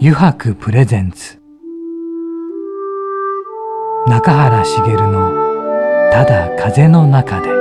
油白プレゼンツ中原茂のただ風の中で。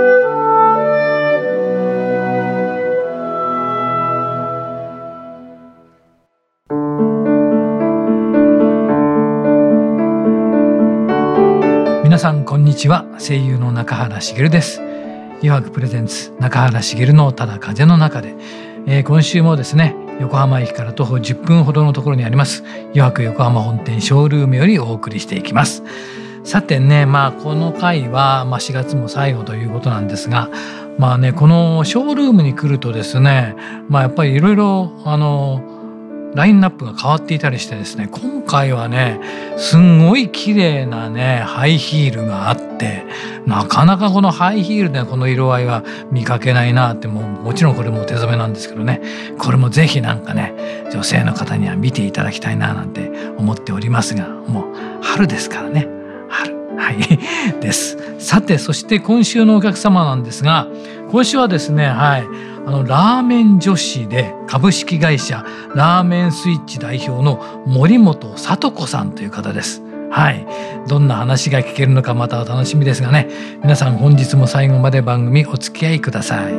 皆さんこんにちは。声優の中原茂です。油白プレゼンツ中原茂のただ風の中で、今週もですね、横浜駅から徒歩10分ほどのところにあります油白横浜本店ショールームよりお送りしていきます。さてね、この回は、4月も最後ということなんですが、このショールームに来るとですね、やっぱりいろいろラインナップが変わっていたりしてですね、今回はねすんごい綺麗なねハイヒールがあって、なかなかこのハイヒールでこの色合いは見かけないなって、もちろんこれも手染めなんですけどね、これもぜひなんかね女性の方には見ていただきたいななんて思っておりますが、もう春ですからね、春です。さて、そして今週のお客様なんですが、今週はですね、ラーメン女子で株式会社ラーメンスイッチ代表の森本聡子さんという方です。どんな話が聞けるのかまたお楽しみですがね、皆さん本日も最後まで番組お付き合いください。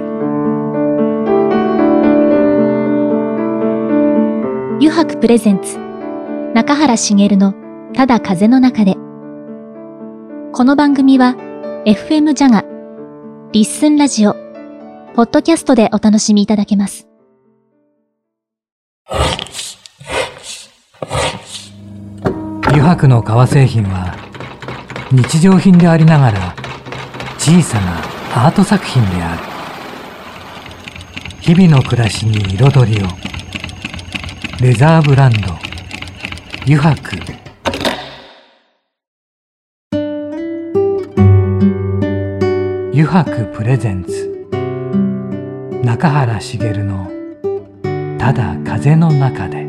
油白プレゼンツ中原茂のただ風の中で。この番組は FM ジャガ、リッスンラジオ、ポッドキャストでお楽しみいただけます。 油白の革製品は日常品でありながら小さなアート作品である。日々の暮らしに彩りを。レザーブランド油白。油白プレゼンツ中原茂のただ風の中で。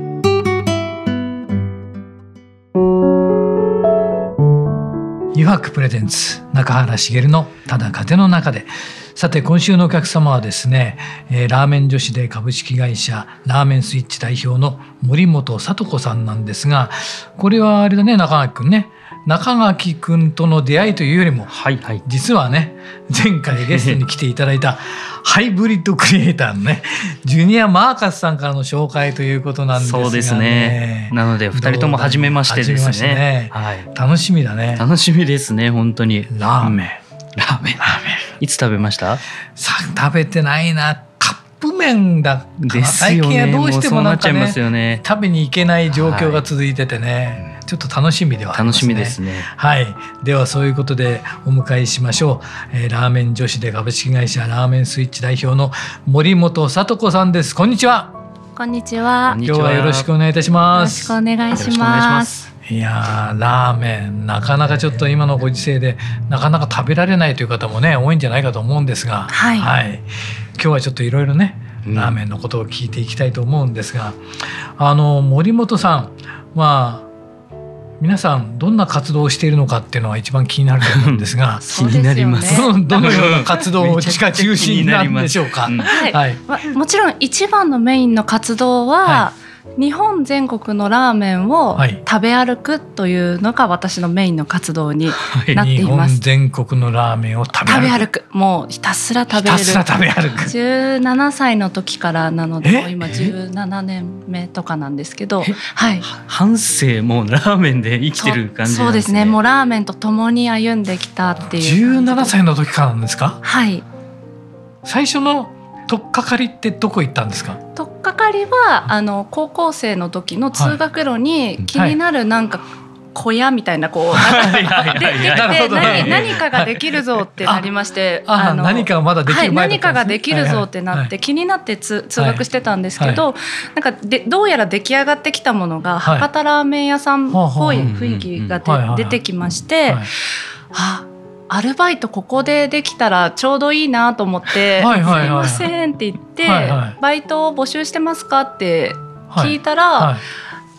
油白プレゼンツ中原茂のただ風の中で。さて、今週のお客様はですね、ラーメン女子で株式会社ラーメンスイッチ代表の森本聡子さんなんですが、これはあれだね、中垣くんね、中垣くんとの出会いというよりも、実はね、前回ゲストに来ていただいたハイブリッドクリエイターのねジュニア・マーカスさんからの紹介ということなんですがね。 そうですね。なので2人とも初めましてですね。 楽しみだね。 楽しみですね、本当に。 ラーメンいつ食べました？ 食べてないな。カップ麺だですよね。 最近はどうしてもなんかね、 食べに行けない状況が続いててね、ちょっと楽しみではありますね。 楽しみですね。 ではそういうことでお迎えしましょう。ラーメン女子で株式会社ラーメンスイッチ代表の森本聡子さんです。こんにちは。 こんにちは。 今日はよろしくお願いいたします。 よろしくお願いします。 いやー、ラーメンなかなかちょっと今のご時世でなかなか食べられないという方もね多いんじゃないかと思うんですが、今日はちょっといろいろねラーメンのことを聞いていきたいと思うんですが、森本さん皆さんどんな活動をしているのかっていうのは一番気になると思うんですが気になります。 どのような活動が中心なんでしょうか？ もちろん一番のメインの活動は、日本全国のラーメンを食べ歩くというのが私のメインの活動になっています。 日本全国のラーメンを食べ歩く。 もうひたすら食べる。17歳の時からなので、今17年目とかなんですけど、 半生もうラーメンで生きてる感じなんですね。 そうですね。もうラーメンと共に歩んできたっていう。 17歳の時からなんですか？最初の取っかかりってどこ行ったんですか？ 取っかかりは高校生の時の通学路に気になるなんか小屋みたいなで何かができるぞってなりまして、 何かがまだできる前だったんですね。 何かができるぞってなって気になって通学してたんですけど、なんかどうやら出来上がってきたものが博多ラーメン屋さんっぽい雰囲気が出てきまして、アルバイトここでできたらちょうどいいなと思って「すいません」って言って「バイトを募集してますか?」って聞いたら、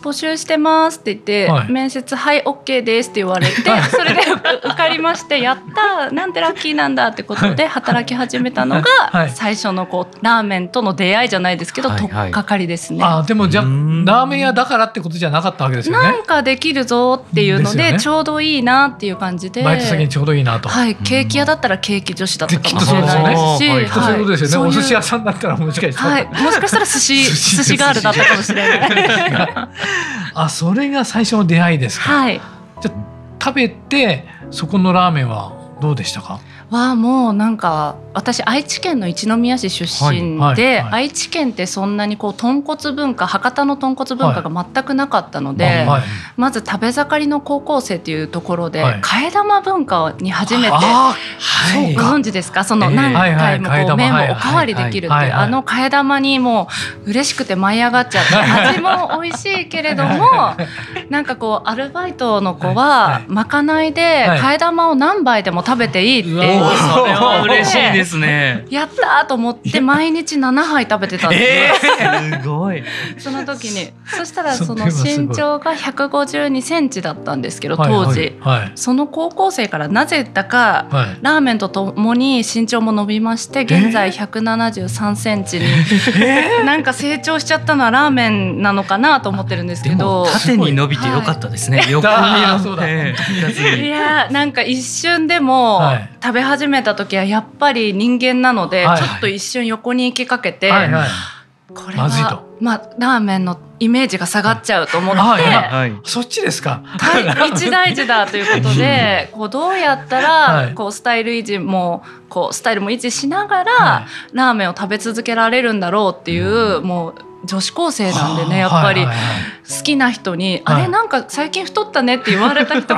募集してますって言って、 はい、 面接はい OK ですって言われてそれで受かりましてやったなんてラッキーなんだってことで働き始めたのが最初のこうラーメンとの出会いじゃないですけど、取っかかりですね。 でもじゃあラーメン屋だからってことじゃなかったわけですよね。 なんかできるぞっていうのでちょうどいいなっていう感じで、 バイト先にちょうどいいなと、 はい、ケーキ屋だったらケーキ女子だったかもしれないですし、 きっとそういうことですよね。お寿司屋さんだったらもしかしたら、 もしかしたら寿司ガールだったかもしれないそれが最初の出会いですか。 はい。 じゃあ食べてそこのラーメンはどうでしたか。 もうなんか私愛知県の一宮市出身で、愛知県ってそんなにこう豚骨文化、博多の豚骨文化が全くなかったので、まず食べ盛りの高校生っていうところで、替え玉文化に初めて、ご存知ですか。その何回もこう麺をおかわりできるっていうあの替え玉にもう嬉しくて舞い上がっちゃって、味も美味しいけれどもなんかこうアルバイトの子はまかないで替え玉を何杯でも食べていいってそれは嬉しいですね。 やったと思って毎日7杯食べてたんですよ。 すごい。 その時にそしたらその身長が152センチだったんですけど当時、その高校生からなぜだか、ラーメンとともに身長も伸びまして現在173センチに、なんか成長しちゃったのはラーメンなのかなと思ってるんですけど、 縦に伸びてよかったですね。横に伸びて、 いやなんか一瞬でも食べ始めた時はやっぱり人間なので、ちょっと一瞬横に行きかけて、これはラーメンのイメージが下がっちゃうと思って、 そっちですか。 一大事だということでこうどうやったらこうスタイル維持もこうスタイルも維持しながらラーメンを食べ続けられるんだろうっていう、もう女子高生なんでね、やっぱり好きな人にあれなんか最近太ったねって言われた一言で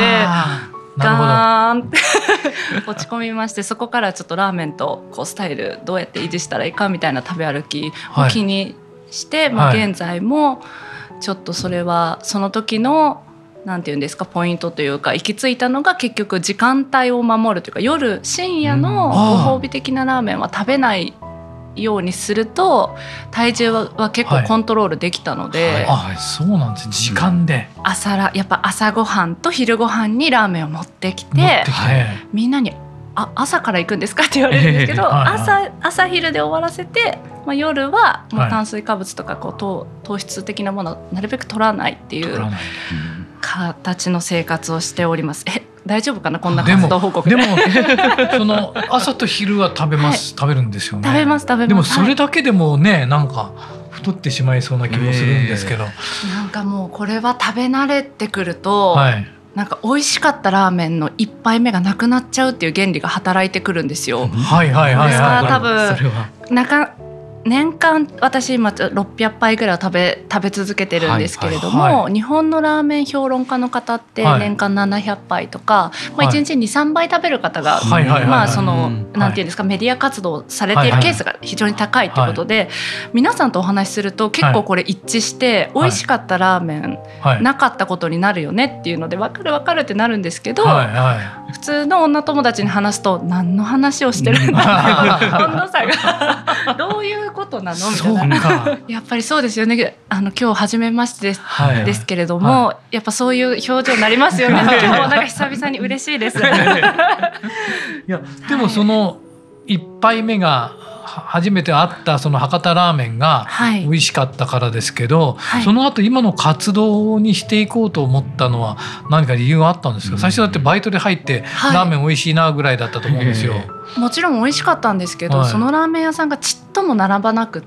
ガーンって落ち込みまして、そこからちょっとラーメンとこうスタイルどうやって維持したらいいかみたいな食べ歩きを気にして、現在もちょっとそれはその時のなんていうんですかポイントというか行き着いたのが結局時間帯を守るというか、夜深夜のご褒美的なラーメンは食べないようにすると体重は結構コントロールできたので、 そうなんです。時間でやっぱ朝ごはんと昼ごはんにラーメンを持ってきて、みんなに朝から行くんですかって言われるんですけど、朝昼で終わらせて、夜はもう炭水化物とかこう糖質的なものをなるべく取らないっていう形の生活をしております。大丈夫かなこんな活動報告で。 でもその朝と昼は食べるんですよね。 食べますでもそれだけでもね、なんか太ってしまいそうな気もするんですけど、 なんかもうこれは食べ慣れてくると、なんか美味しかったラーメンの1杯目がなくなっちゃうっていう原理が働いてくるんですよ。ですから多分年間私今600杯ぐらい食べ続けてるんですけれども、日本のラーメン評論家の方って年間700杯とか、1日に3杯食べる方がそのなんていうんですかメディア活動されているケースが非常に高いということで、皆さんとお話しすると結構これ一致して美味しかったラーメンなかったことになるよねっていうので分かるってなるんですけど、普通の女友達に話すと何の話をしてるんだって温度差がどういうことなのみたいな。やっぱりそうですよね。今日初めましてですけれども、やっぱそういう表情になりますよね。今日もなんか久々に嬉しいです。いやでもその1杯目が初めて会ったその博多ラーメンが美味しかったからですけど、その後今の活動にしていこうと思ったのは何か理由があったんですか。最初だってバイトで入ってラーメン美味しいなぐらいだったと思うんですよ。 もちろん美味しかったんですけど、そのラーメン屋さんがちっとも並ばなくって、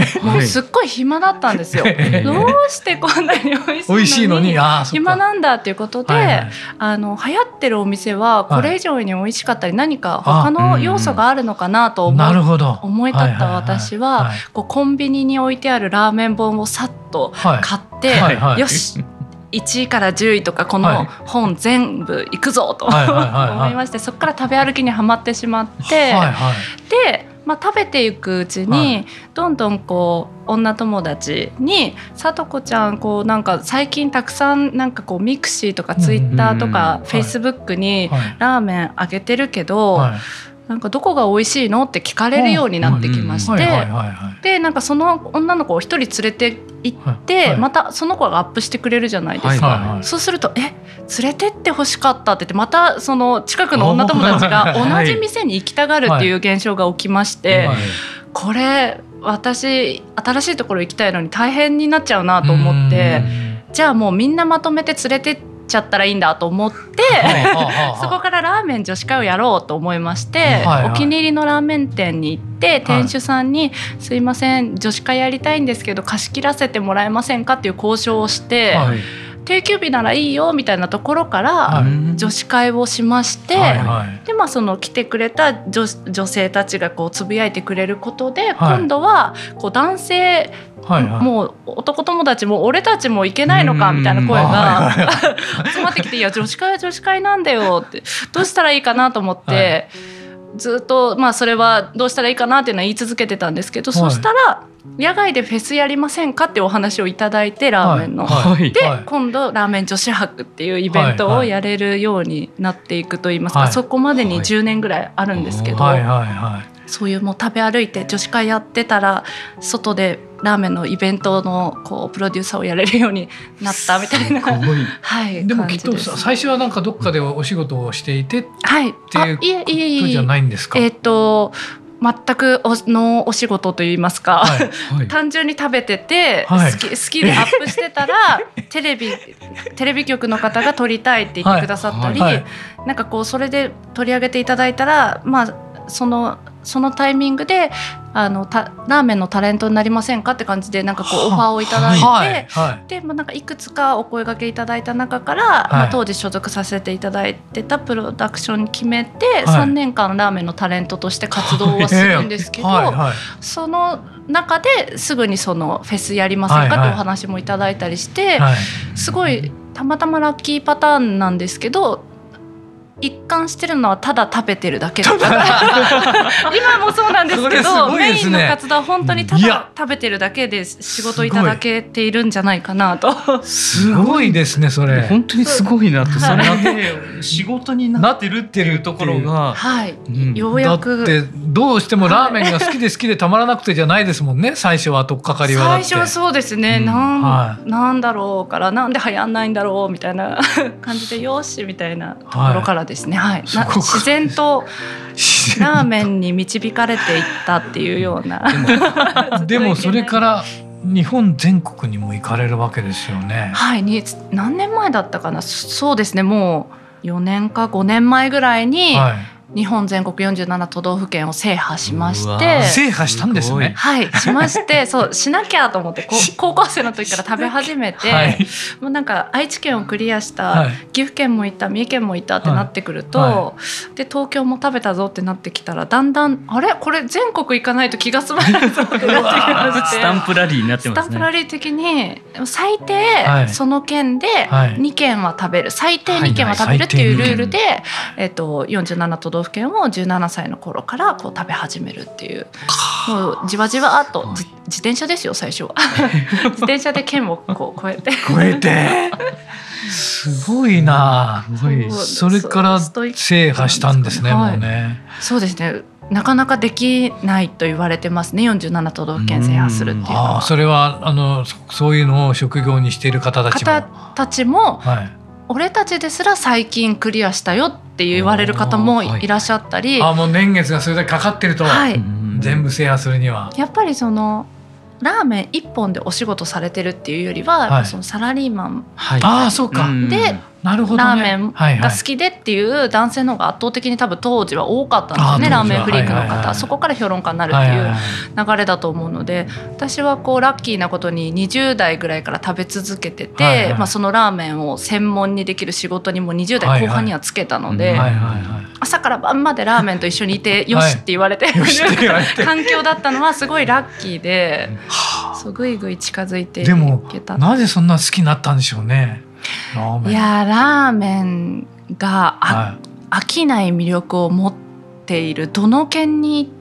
もうすっごい暇だったんですよ。どうしてこんなに美味しいのに暇なんだっていうことで、流行ってるお店はこれ以上に美味しかったり何か他の要素があるのかなと思い立った私は、コンビニに置いてあるラーメン本をさっと買って、よし1位から10位とかこの本全部いくぞと思いまして、そこから食べ歩きにはまってしまって、で、食べていくうちにどんどんこう女友達に「さとこちゃんなんか最近たくさんなんかミクシーとかツイッターとかフェイスブックにラーメンあげてるけど、 なんかどこが美味しいのって聞かれるようになってきまして、でなんかその女の子を一人連れて行って、またその子がアップしてくれるじゃないですか。そうすると連れてって欲しかったって言って、またその近くの女友達が同じ店に行きたがるっていう現象が起きまして、これ私新しいところ行きたいのに大変になっちゃうなと思って、じゃあもうみんなまとめて連れてっちゃったらいいんだと思ってそこからラーメン女子会をやろうと思いまして、お気に入りのラーメン店に行って店主さんにすいません女子会やりたいんですけど貸し切らせてもらえませんかっていう交渉をして、定休日ならいいよみたいなところから女子会をしまして、でその来てくれた 女性たちがこうつぶやいてくれることで、今度はこう男性、もう男友達も俺たちも行けないのかみたいな声が集まってきて、いや女子会は女子会なんだよって、どうしたらいいかなと思って、ずっとそれはどうしたらいいかなっていうのは言い続けてたんですけど、そしたら野外でフェスやりませんかっていうお話をいただいて、ラーメンの、で今度ラーメン女子博っていうイベントをやれるようになっていくといいますか、そこまでに10年ぐらいあるんですけど、そういうもう食べ歩いて女子会やってたら外でラーメンのイベントのこうプロデューサーをやれるようになったみたいなでもきっと最初はなんかどっかでお仕事をしていてっていうことじゃないんですか？ 全くのお仕事といいますか、単純に食べてて、好きでアップしてたらテレビ局の方が撮りたいって言ってくださったり、なんかこうそれで取り上げていただいたら、そのタイミングでラーメンのタレントになりませんかって感じでなんかこうオファーをいただいて、でなんかいくつかお声掛けいただいた中から、当時所属させていただいてたプロダクションに決めて、3年間ラーメンのタレントとして活動はするんですけど、その中ですぐにそのフェスやりませんかってお話もいただいたりして、すごいたまたまラッキーパターンなんですけど、一貫してるのはただ食べてるだけだ今もそうなんですけど、メインの活動は本当にただ食べてるだけで仕事いただけているんじゃないかなと。 すごいですねそれ。 本当にすごいなと。それで仕事になってるっていうところが、 ようやく。 だってどうしてもラーメンが好きでたまらなくてじゃないですもんね、最初は取っかかりは。 最初はそうですね、なんだろうからなんで流行んないんだろうみたいな感じで、よしみたいなところからですね、自然とラーメンに導かれていったっていうようなでもそれから日本全国にも行かれるわけですよね。 何年前だったかな、そうですね、もう4年か5年前ぐらいに、日本全国47都道府県を制覇しまして。 制覇したんですね。 しまして、そうしなきゃと思って高校生の時から食べ始めて、もうなんか愛知県をクリアした、岐阜県も行った三重県も行ったってなってくると、で東京も食べたぞってなってきたら、だんだんこれ全国行かないと気が済まないぞってなってきまして、 スタンプラリーになってますね。 スタンプラリー的に最低その県で2県は食べる、最低2県は食べるっていうルールで、47都道府県を17歳の頃からこう食べ始めるっていう、もうじわじわっと自転車ですよ最初は自転車で県をこう越えてすごいな。それから制覇したんですね。もうね。そうですね、 なかなかできないと言われてますね、47都道府県制覇するっていうのは。 それはそういうのを職業にしている方たちも、俺たちですら最近クリアしたよって言われる方もいらっしゃったり、もう年月がそれだけかかってると、全部制覇するにはやっぱりそのラーメン一本でお仕事されてるっていうよりは、そのサラリーマンそうかでなるほど、 ラーメンが好きでっていう男性の方が圧倒的に多分当時は多かったんですよね、ラーメンフリークの方、そこから評論家になるっていう流れだと思うので、私はこうラッキーなことに20代ぐらいから食べ続けてて、そのラーメンを専門にできる仕事にも20代後半にはつけたので、朝から晩までラーメンと一緒にいてよしって言われて環境だったのはすごいラッキーで、ぐいぐい近づいていけた。 でもなぜそんな好きになったんでしょうね。 いやラーメンが飽きない魅力を持っている、どの県に行っ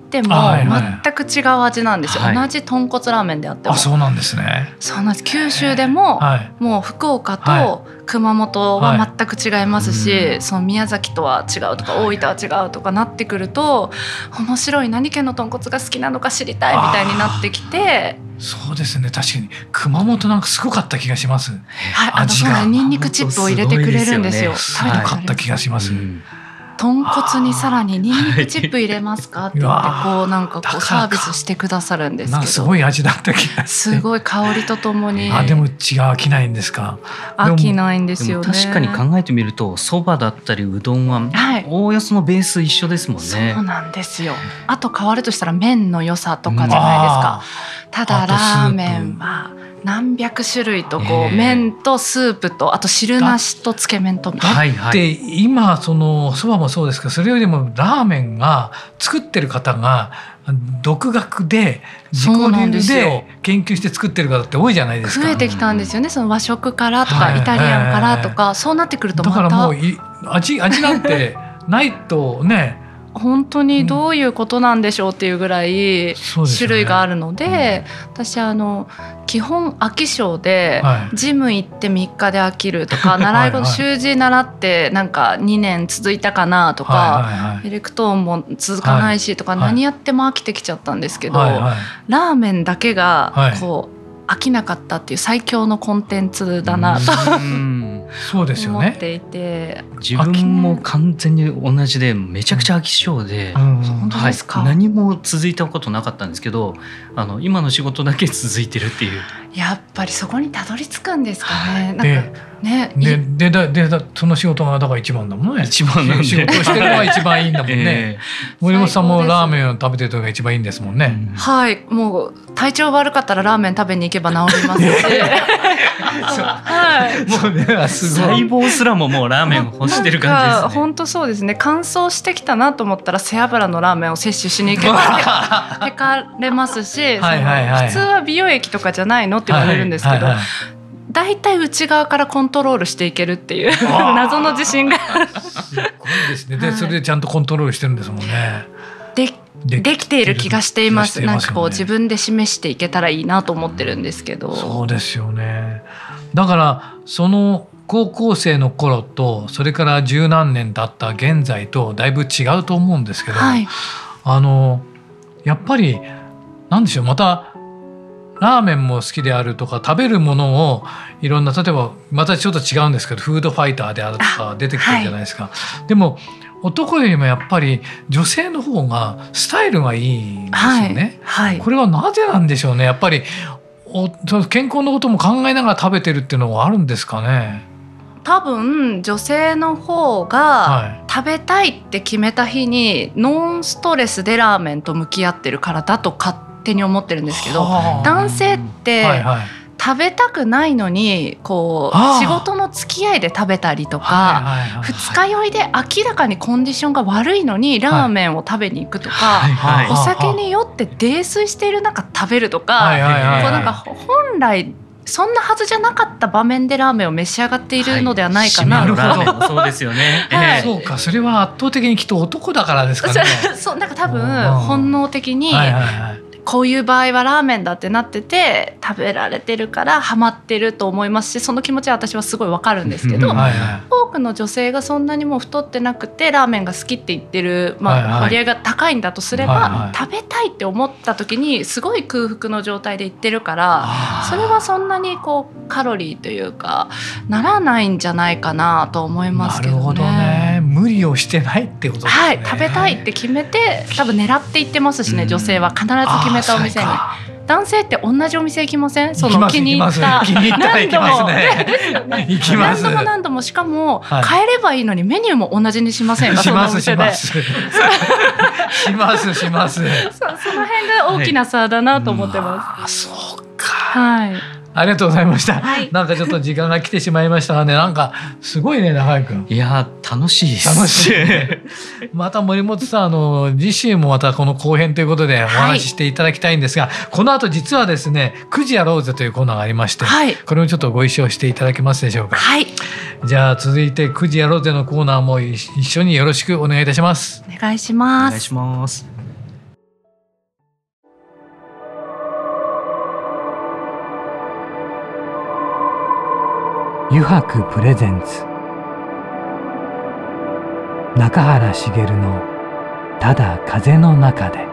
っても全く違う味なんですよ、同じ豚骨ラーメンであっても。 そうなんですね。 そうなんです。九州でも、もう福岡と熊本は全く違いますし、その宮崎とは違うとか大分は違うとかなってくると、面白い、何県の豚骨が好きなのか知りたいみたいになってきて。 そうですね、確かに熊本なんかすごかった気がします。 味がニンニクチップを入れてくれるんですよ。 すごかった気がします。 豚骨にさらにニンニクチップ入れますかって言ってこうなんかこうサービスしてくださるんですけど、 すごい味だった気がして、 すごい香りとともに。 でも飽きないんですか？ 飽きないんですよね。 確かに考えてみると、そばだったりうどんはおおよそのベース一緒ですもんね。 そうなんですよ。あと変わるとしたら麺の良さとかじゃないですか。ただラーメンは何百種類とこう麺とスープとあと汁なしとつけ麺とみたいな。 で今そのそばもそうですけど、それよりもラーメンが作ってる方が独学で自己流で研究して作ってる方って多いじゃないですか。 増えてきたんですよね。その和食からとかイタリアンからとか、そうなってくるとまただからもう味なんてないとね本当にどういうことなんでしょうっていうぐらい種類があるので、私基本飽き性で、ジム行って3日で飽きるとか、習い事習字習ってなんか2年続いたかなとか、エレクトーンも続かないしとか、何やっても飽きてきちゃったんですけど、ラーメンだけがこう飽きなかったっていう最強のコンテンツだなとそうですよね。 思っていて、 自分も完全に同じでめちゃくちゃ飽き性で、 本当ですか？ 何も続いたことなかったんですけど、今の仕事だけ続いてるっていう。 やっぱりそこにたどり着くんですかね。なんかね、でその仕事がだから一番だもんね。 一番なんで仕事をしてるのが一番いいんだもんね。森本さんもラーメンを食べてるのが一番いいんですもんね。 はい、もう体調悪かったらラーメン食べに行けば治りますしもうね、細胞すらももうラーメンを欲してる感じですね。 本当そうですね。乾燥してきたなと思ったら背脂のラーメンを摂取しに行けばへかれますし、普通は美容液とかじゃないのって言われるんですけど、だいたい内側からコントロールしていけるっていう謎の自信がすごいですね。でそれでちゃんとコントロールしてるんですもんね。 できている気がしています。なんかこう自分で示していけたらいいなと思ってるんですけど。 そうですよね。だからその高校生の頃とそれから十何年経った現在とだいぶ違うと思うんですけど、やっぱりなんでしょう、またラーメンも好きであるとか、食べるものをいろんな、例えばまたちょっと違うんですけどフードファイターであるとか出てきてるじゃないですか。でも男よりもやっぱり女性の方がスタイルがいいんですよね。これはなぜなんでしょうね。やっぱり健康のことも考えながら食べてるっていうのはあるんですかね。 多分女性の方が食べたいって決めた日にノンストレスでラーメンと向き合ってるからだと勝手に思ってるんですけど、男性って食べたくないのにこう仕事の付き合いで食べたりとか、二日酔いで明らかにコンディションが悪いのにラーメンを食べに行くとか、お酒に酔って泥酔している中食べるとか、こうなんか本来そんなはずじゃなかった場面でラーメンを召し上がっているのではないかな。 ラーメンもそうですよね。 そうか、それは圧倒的にきっと男だからですかね。 そうなんか多分本能的にこういう場合はラーメンだってなってて食べられてるからハマってると思いますし、その気持ちは私はすごいわかるんですけど、多くの女性がそんなにも太ってなくてラーメンが好きって言ってる、割合が高いんだとすれば、食べたいって思った時にすごい空腹の状態で言ってるから、それはそんなにこうカロリーというかならないんじゃないかなと思いますけどね。 なるほどね。無理をしてないってことですね。 食べたいって決めて多分狙っていってますしね、女性は必ず決めたお店に。男性って同じお店行きません？その気に入った行きますね。行きます。 何度もしかも変えればいいのにメニューも同じにしませんか？ しますしますしますします。その辺が大きな差だなと思ってます。 そうか。 はい。 ありがとうございました。なんかちょっと時間が来てしまいましたがね、なんかすごいね、中井くん。 いや楽しいです。 楽しい。また森本さん、次週もまたこの後編ということでお話ししていただきたいんですが、この後実はですね、9時やろうぜというコーナーがありまして、これもちょっとご一緒していただけますでしょうか。じゃあ続いて9時やろうぜのコーナーも一緒によろしくお願いいたします。 お願いします。 お願いします。 油白プレゼンツ中原茂のただ風の中で。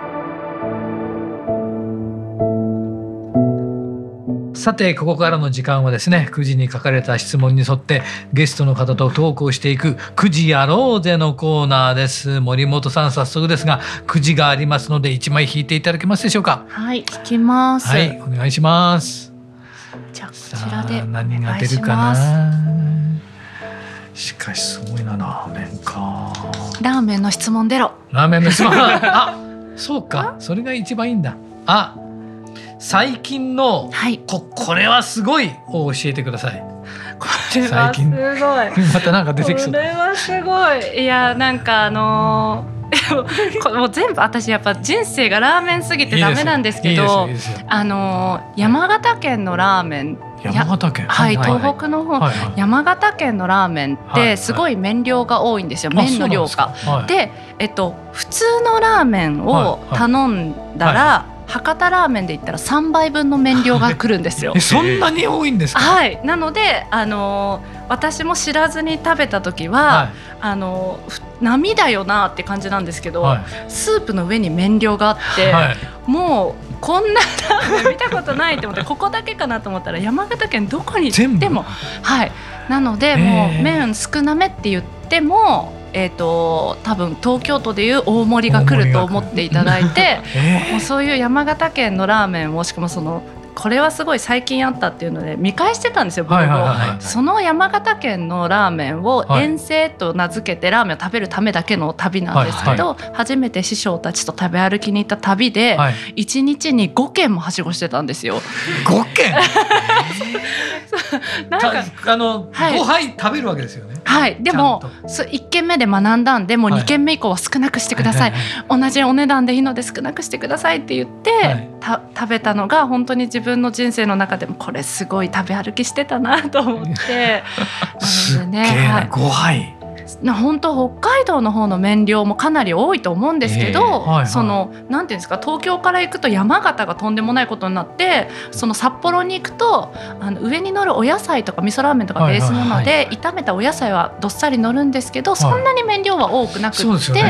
さてここからの時間はですね、9時に書かれた質問に沿ってゲストの方とトークをしていく9時やろうぜのコーナーです。森本さん、早速ですが9時がありますので1枚引いていただけますでしょうか。 はい、引きます。 はい、お願いします。 じゃあこちらで何が出るかな。しかしすごいな、ラーメンか。 ラーメンの質問出ろ。 ラーメンの質問あ、そうか、それが一番いいんだ。あ、最近の、 はい、 これはすごいを教えてください。 これはすごいまたなんか出てきそう。 これはすごい。いや、なんかもう全部私やっぱ人生がラーメンすぎてダメなんですけど、山形県のラーメン、 山形県、 はい、東北の方、山形県のラーメンってすごい麺量が多いんですよ、麺の量が。で、普通のラーメンを頼んだら、博多ラーメンで言ったら3倍分の麺量が来るんですよ。 そんなに多いんですか。 はい、なので私も知らずに食べた時は、波だよなって感じなんですけど、スープの上に麺量があって、もうこんなラーメン見たことないと思ってここだけかなと思ったら山形県どこに行っても、はい、なのでもう麺少なめって言っても多分東京都でいう大盛りが来ると思っていただいて、もうそういう山形県のラーメンを、しかもこれはすごい最近あったっていうので見返してたんですよ、ブログを。その山形県のラーメンを遠征と名付けてラーメンを食べるためだけの旅なんですけど、初めて師匠たちと食べ歩きに行った旅で1日に5軒もはしごしてたんですよ。 5軒なんか 5杯食べるわけですよね。 はい、でも1軒目で学んだんで、もう2軒目以降は少なくしてください、同じお値段でいいので少なくしてくださいって言って、食べたのが本当に自分の人生の中でもこれすごい食べ歩きしてたなと思ってすっげえな、5杯。 本当北海道の方の麺量もかなり多いと思うんですけど、なんていうんですか、東京から行くと山形がとんでもないことになって、札幌に行くと上に乗るお野菜とか味噌ラーメンとかベースなので、炒めたお野菜はどっさり乗るんですけど、そんなに麺量は多くなくって、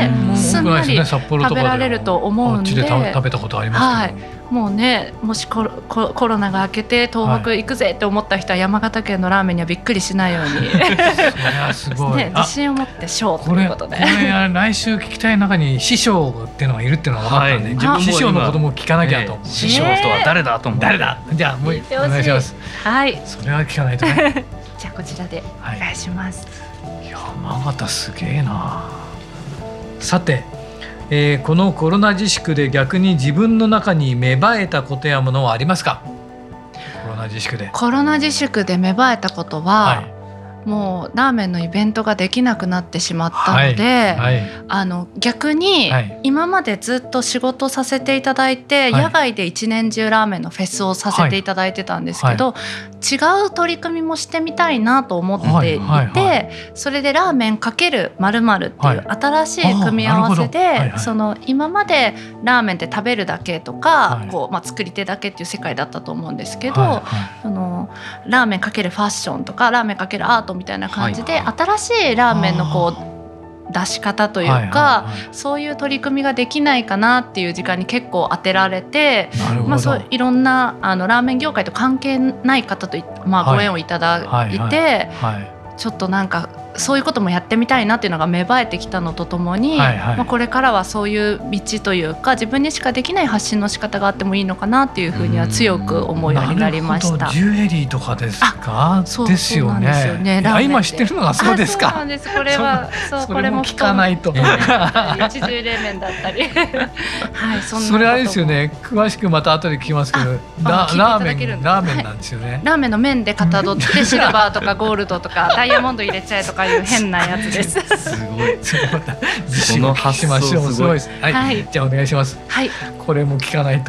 すんなり食べられると思うんで、 食べたことありますけど、 もうね、もしコロナが明けて東北行くぜって思った人は山形県のラーメンにはびっくりしないように、それはすごい、 自信を持って賞ということで、 これ来週聞きたい中に師匠っていうのがいるっていうのが分かったんで、師匠のことも聞かなきゃと。 師匠とは誰だと思う。 誰だ。じゃあもうお願いします。 はい、 それは聞かないとね。 じゃあこちらでお願いします。 山形すげえな。さて、このコロナ自粛で逆に自分の中に芽生えたことやものはありますか。コロナ自粛で芽生えたことは、もうラーメンのイベントができなくなってしまったので、逆に今までずっと仕事させていただいて、野外で一年中ラーメンのフェスをさせていただいてたんですけど、違う取り組みもしてみたいなと思っていて、それでラーメン×〇〇っていう新しい組み合わせで、今までラーメンって食べるだけとか、作り手だけっていう世界だったと思うんですけど、ラーメン×ファッションとかラーメン×アートみたいな感じで、新しいラーメンの出し方というか、そういう取り組みができないかなっていう時間に結構当てられて、いろんなラーメン業界と関係ない方とご縁をいただいて、ちょっとなんかそういうこともやってみたいなっていうのが芽生えてきたのとともに、これからはそういう道というか、自分にしかできない発信の仕方があってもいいのかなっていうふうには強く思うようになりました。 ジュエリーとかですか。ですよね。今知ってるのがそうですか。 そうなんです。これはこれも聞かないと。 一重冷麺だったり、はい、 それあれですよね。詳しくまた後で聞きますけど、ラーメンなんですよね。 ラーメンの麺でかたどってシルバーとかゴールドとかダイヤモンド入れちゃえとかいう変なやつです。 すごい。 その発想すごいです。はい、じゃあお願いします。 はい。 これも聞かないと。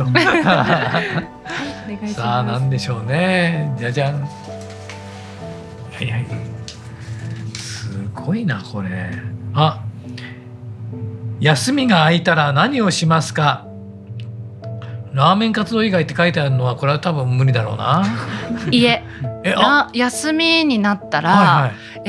さあ何でしょうね。じゃじゃん。はいはい。すごいなこれ。あ、休みが空いたら何をしますか。ラーメン活動以外って書いてあるのはこれは多分無理だろうな。 いえ。 休みになったら、はいはい、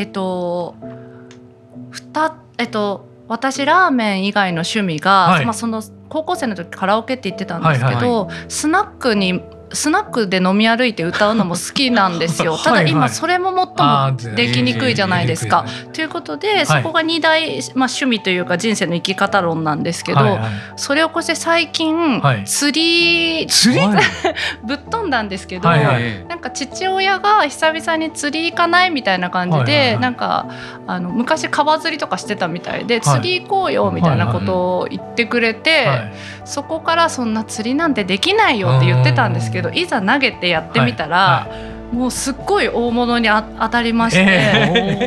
私ラーメン以外の趣味が、はい、その高校生の時カラオケって言ってたんですけど、はいはい、スナックで飲み歩いて歌うのも好きなんですよ。ただ今それも最もできにくいじゃないですか。ということでそこが2大、趣味というか人生の生き方論なんですけど、はいはい、それをこうして最近、はい、釣りぶっ飛んだんですけど、はいはい、なんか父親が久々に釣り行かないみたいな感じで、はいはい、なんか昔川釣りとかしてたみたいで、釣り行こうよみたいなことを言ってくれて、はいはい、そこからそんな釣りなんてできないよって言ってたんですけど、いざ投げてやってみたら、はいはい、もうすっごい大物に当たりまして、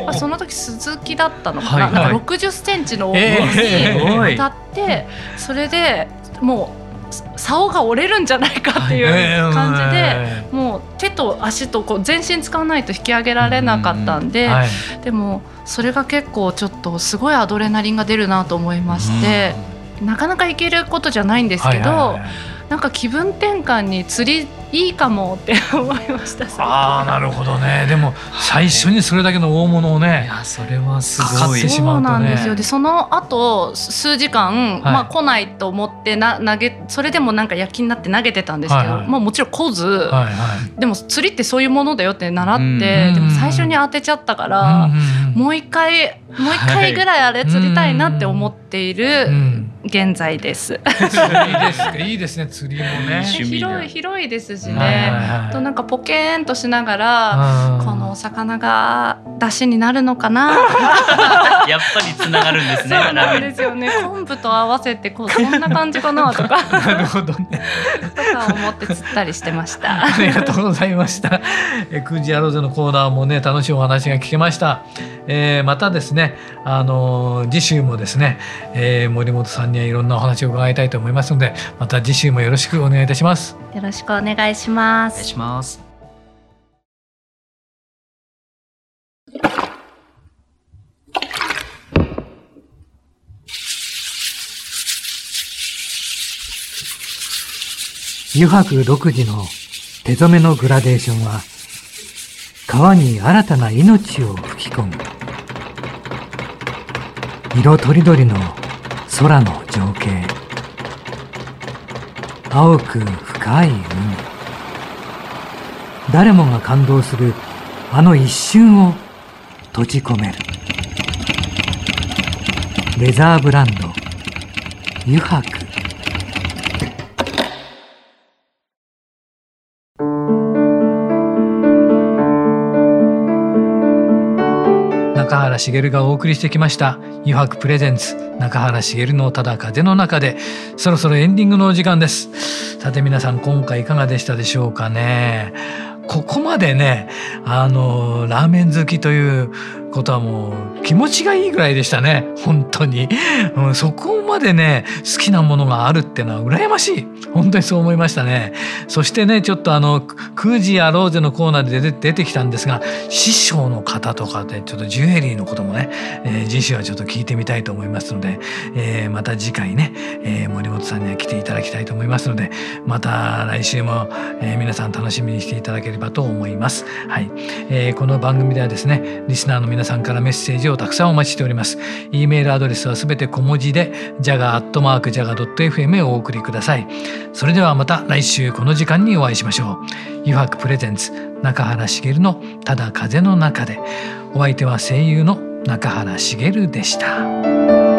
その時鈴木だったのかな、はいはい、なんか60センチの大物に当たって、それでもう竿が折れるんじゃないかっていう感じで、もう手と足とこう全身使わないと引き上げられなかったんで、はい、でもそれが結構ちょっとすごいアドレナリンが出るなと思いまして、なかなかいけることじゃないんですけど、はいはいはい、なんか気分転換に釣りいいかもって思いました。 なるほどね。でも最初にそれだけの大物をね、 いやそれはすごいかかってしまうとね。 そうなんですよ。でその後数時間、はい、来ないと思ってそれでもなんか躍起になって投げてたんですけど、はいはい、もちろん来ず、はいはい、でも釣りってそういうものだよって習って、でも最初に当てちゃったから、もう一回ぐらいあれ釣りたいなって思っている現在です。 いいですね、釣りもね。 広いですしね。となんかポケーンとしながら、このお魚が出汁になるのかな。 やっぱりつながるんですね。 そうなんですよね。昆布と合わせてそんな感じかなとか。 なるほどね。 とか思って釣ったりしてました。 ありがとうございました。空時アローゼのコーナーもね、楽しいお話が聞けました。またですね、次週もですね、森本さんにはいろんなお話を伺いたいと思いますので、また次週もよろしくお願いいたします。 よろしくお願いします。 お願いします。 油白独自の手染めのグラデーションは、川に新たな命を吹き込む。色とりどりの空の情景、青く深い海、誰もが感動するあの一瞬を閉じ込める。レザーブランド油白。中原茂がお送りしてきました油白プレゼンツ中原茂のただ風の中で、そろそろエンディングのお時間です。さて皆さん、今回いかがでしたでしょうかね。ここまでね、ラーメン好きということはもう気持ちがいいぐらいでしたね、本当に。そこまでね、好きなものがあるってのは羨ましい。本当にそう思いましたね。そしてね、ちょっと空時アローゼのコーナーで出てきたんですが、師匠の方とかでちょっとジュエリーのこともね、次週はちょっと聞いてみたいと思いますので、また次回ね、森本さんには来ていただきたいと思いますので、また来週も、皆さん楽しみにしていただければと思います。はい。この番組ではですね、リスナーの皆さんからメッセージをたくさんお待ちしております。E メールアドレスはすべて小文字で jaga@jaga.fm へお送りください。それではまた来週この時間にお会いしましょう。油白プレゼンツ中原茂のただ風の中で。お相手は声優の中原茂でした。